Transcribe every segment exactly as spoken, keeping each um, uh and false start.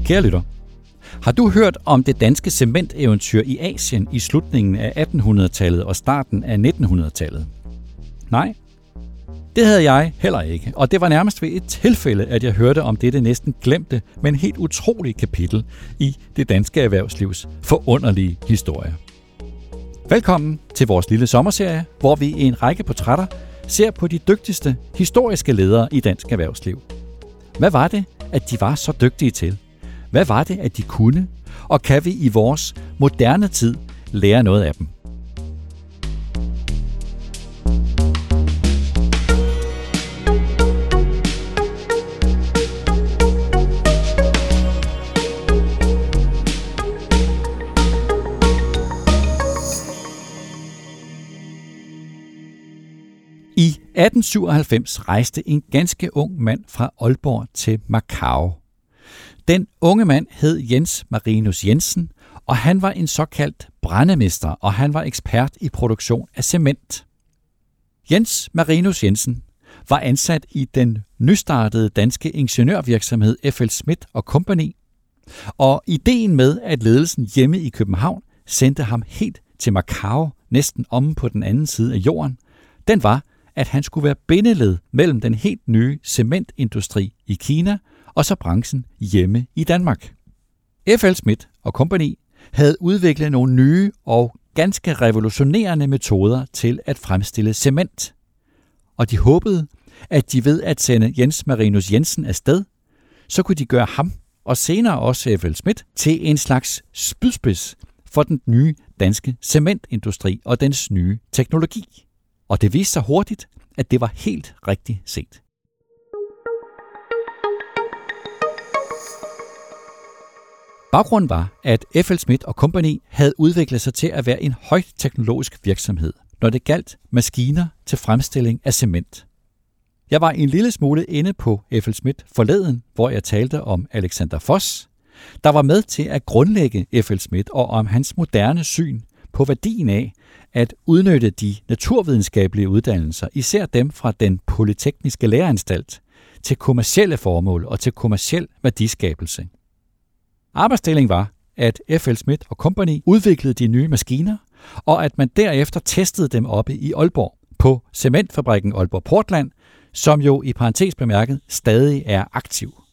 Kære lytter, har du hørt om det danske cementeventyr i Asien i slutningen af attenhundredetallet og starten af nittenhundredetallet? Nej, det havde jeg heller ikke, og det var nærmest ved et tilfælde, at jeg hørte om dette næsten glemte, men helt utrolige kapitel i det danske erhvervslivs forunderlige historie. Velkommen til vores lille sommerserie, hvor vi i en række portrætter ser på de dygtigste historiske ledere i dansk erhvervsliv. Hvad var det, at de var så dygtige til? Hvad var det, at de kunne? Og kan vi i vores moderne tid lære noget af dem? I atten syvoghalvfems rejste en ganske ung mand fra Aalborg til Macau. Den unge mand hed Jens Marinus Jensen, og han var en såkaldt brændemester, og han var ekspert i produktion af cement. Jens Marinus Jensen var ansat i den nystartede danske ingeniørvirksomhed F L Schmidt og Company, og ideen med, at ledelsen hjemme i København sendte ham helt til Macau, næsten omme på den anden side af jorden, den var, at han skulle være bindeled mellem den helt nye cementindustri i Kina og så branchen hjemme i Danmark. F L Schmidt og Company havde udviklet nogle nye og ganske revolutionerende metoder til at fremstille cement. Og de håbede, at de ved at sende Jens Marinus Jensen afsted, så kunne de gøre ham og senere også F L Schmidt til en slags spydspids for den nye danske cementindustri og dens nye teknologi. Og det viste sig hurtigt, at det var helt rigtigt set. Baggrunden var, at F L Schmidt og Company havde udviklet sig til at være en højteknologisk virksomhed, når det galt maskiner til fremstilling af cement. Jeg var en lille smule inde på F L Schmidt forleden, hvor jeg talte om Alexander Voss, der var med til at grundlægge F L Schmidt, og om hans moderne syn på værdien af at udnytte de naturvidenskabelige uddannelser, især dem fra den polytekniske læreanstalt, til kommercielle formål og til kommerciel værdiskabelse. Arbejdsdeling var, at F L Schmidt og Company udviklede de nye maskiner, og at man derefter testede dem oppe i Aalborg på cementfabrikken Aalborg Portland, som jo i parentes bemærket stadig er aktiv.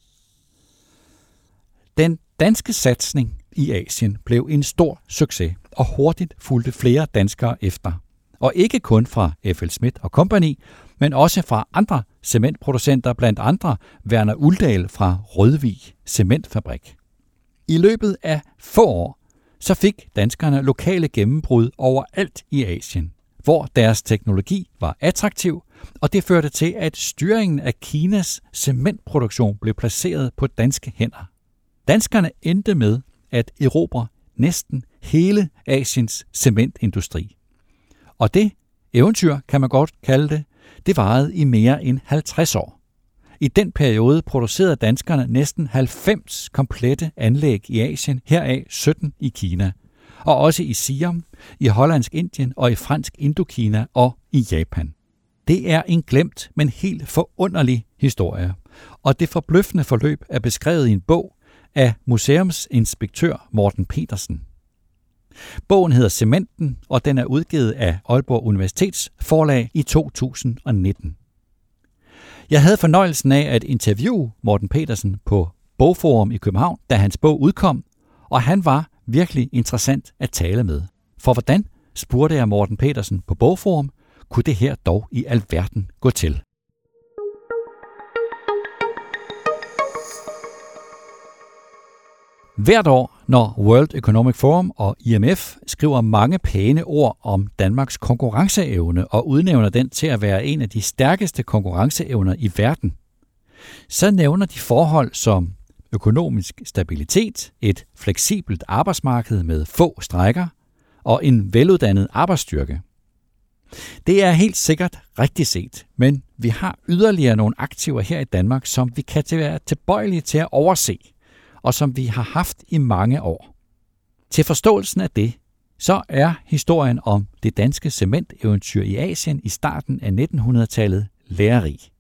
Den danske satsning i Asien blev en stor succes, og hurtigt fulgte flere danskere efter. Og ikke kun fra F L Schmidt og Company, men også fra andre cementproducenter, blandt andre Werner Uldal fra Rødvig Cementfabrik. I løbet af få år så fik danskerne lokale gennembrud overalt i Asien, hvor deres teknologi var attraktiv, og det førte til, at styringen af Kinas cementproduktion blev placeret på danske hænder. Danskerne endte med at erobre næsten hele Asiens cementindustri. Og det eventyr, kan man godt kalde det, det varede i mere end halvtreds år. I den periode producerede danskerne næsten halvfems komplette anlæg i Asien, heraf sytten i Kina, og også i Siam, i hollandsk Indien og i fransk Indokina og i Japan. Det er en glemt, men helt forunderlig historie, og det forbløffende forløb er beskrevet i en bog af museumsinspektør Morten Petersen. Bogen hedder Cementen, og den er udgivet af Aalborg Universitets forlag i to tusind og nitten. Jeg havde fornøjelsen af at interviewe Morten Petersen på Bogforum i København, da hans bog udkom, og han var virkelig interessant at tale med. For hvordan, spurgte jeg Morten Petersen på Bogforum, kunne det her dog i alverden gå til? Hvert år, når World Economic Forum og I M F skriver mange pæne ord om Danmarks konkurrenceevne og udnævner den til at være en af de stærkeste konkurrenceevner i verden, så nævner de forhold som økonomisk stabilitet, et fleksibelt arbejdsmarked med få strejker og en veluddannet arbejdsstyrke. Det er helt sikkert rigtigt set, men vi har yderligere nogle aktiver her i Danmark, som vi kan være tilbøjelige til at overse, og som vi har haft i mange år. Til forståelsen af det, så er historien om det danske cementeventyr i Asien i starten af nittenhundredetallet lærerig.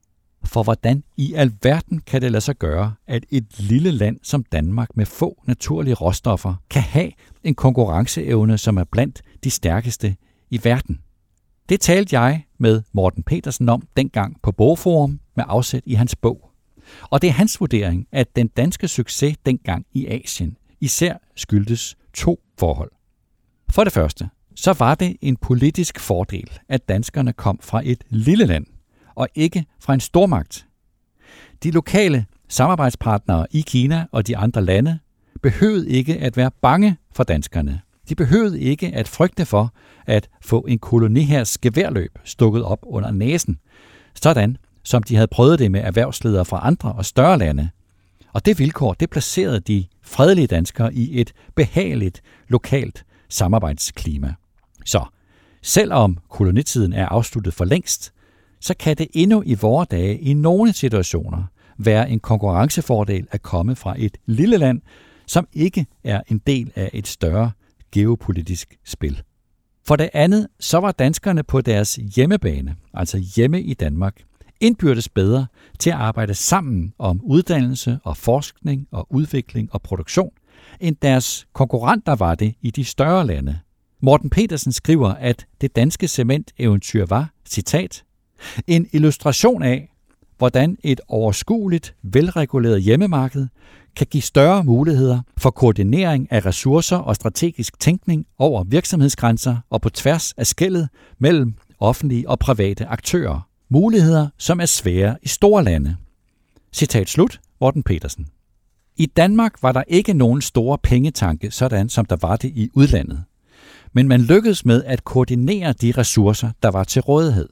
For hvordan i alverden kan det lade sig gøre, at et lille land som Danmark med få naturlige råstoffer kan have en konkurrenceevne, som er blandt de stærkeste i verden? Det talte jeg med Morten Petersen om dengang på Bogforum med afsæt i hans bog. Og det er hans vurdering, at den danske succes dengang i Asien især skyldtes to forhold. For det første, så var det en politisk fordel, at danskerne kom fra et lille land og ikke fra en stormagt. De lokale samarbejdspartnere i Kina og de andre lande behøvede ikke at være bange for danskerne. De behøvede ikke at frygte for at få en kolonihærs geværløb stukket op under næsen, sådan som de havde prøvet det med erhvervsledere fra andre og større lande. Og det vilkår, det placerede de fredelige danskere i et behageligt, lokalt samarbejdsklima. Så selvom kolonitiden er afsluttet for længst, så kan det endnu i vore dage i nogle situationer være en konkurrencefordel at komme fra et lille land, som ikke er en del af et større geopolitisk spil. For det andet, så var danskerne på deres hjemmebane, altså hjemme i Danmark, indbyrdes bedre til at arbejde sammen om uddannelse og forskning og udvikling og produktion, end deres konkurrenter var det i de større lande. Morten Petersen skriver, at det danske cementeventyr var, citat, en illustration af, hvordan et overskueligt, velreguleret hjemmemarked kan give større muligheder for koordinering af ressourcer og strategisk tænkning over virksomhedsgrænser og på tværs af skellet mellem offentlige og private aktører. Muligheder, som er svære i store lande. Citat slut, Morten Petersen. I Danmark var der ikke nogen store pengetanke, sådan som der var det i udlandet. Men man lykkedes med at koordinere de ressourcer, der var til rådighed.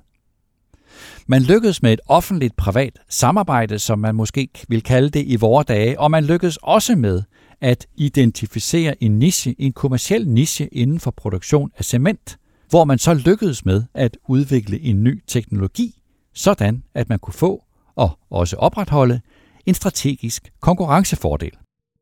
Man lykkedes med et offentligt-privat samarbejde, som man måske vil kalde det i vore dage, og man lykkedes også med at identificere en niche, en kommerciel niche inden for produktion af cement, hvor man så lykkedes med at udvikle en ny teknologi, sådan at man kunne få og også opretholde en strategisk konkurrencefordel.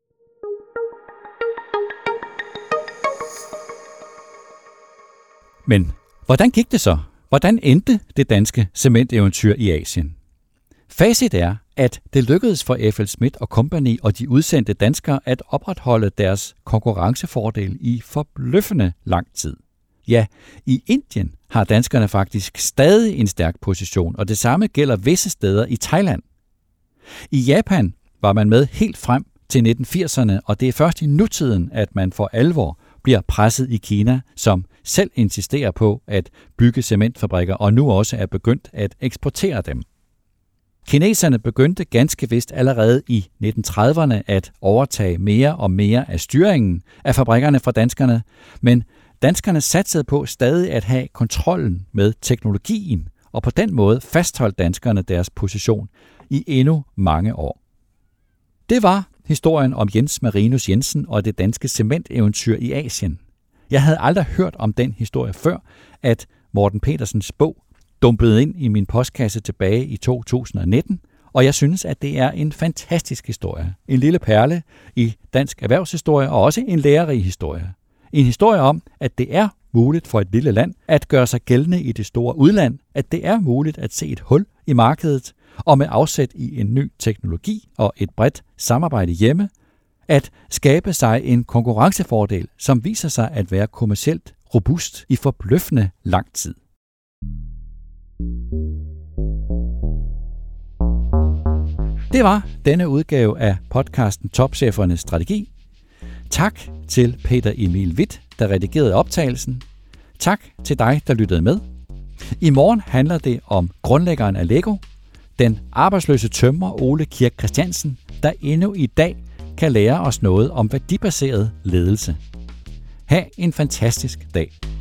Men hvordan gik det så? Hvordan endte det danske cementeventyr i Asien? Facit er, at det lykkedes for F L Smith og Company og de udsendte danskere at opretholde deres konkurrencefordel i forbløffende lang tid. Ja, i Indien har danskerne faktisk stadig en stærk position, og det samme gælder visse steder i Thailand. I Japan var man med helt frem til nitten firserne, og det er først i nutiden, at man for alvor bliver presset i Kina, som selv insisterer på at bygge cementfabrikker og nu også er begyndt at eksportere dem. Kineserne begyndte ganske vist allerede i nitten trediverne at overtage mere og mere af styringen af fabrikkerne fra danskerne, men danskerne satsede på stadig at have kontrollen med teknologien, og på den måde fastholdt danskerne deres position i endnu mange år. Det var historien om Jens Marinus Jensen og det danske cementeventyr i Asien. Jeg havde aldrig hørt om den historie før, at Morten Petersens bog dumpede ind i min postkasse tilbage i to tusind nitten, og jeg synes, at det er en fantastisk historie. En lille perle i dansk erhvervshistorie og også en lærerig historie. En historie om, at det er muligt for et lille land at gøre sig gældende i det store udland, at det er muligt at se et hul i markedet, og med afsæt i en ny teknologi og et bredt samarbejde hjemme, at skabe sig en konkurrencefordel, som viser sig at være kommercielt robust i forbløffende lang tid. Det var denne udgave af podcasten Topchefernes Strategi. Tak til Peter Emil Witt, der redigerede optagelsen. Tak til dig, der lyttede med. I morgen handler det om grundlæggeren af Lego, den arbejdsløse tømrer Ole Kirk Christiansen, der endnu i dag kan lære os noget om værdibaseret ledelse. Ha' en fantastisk dag.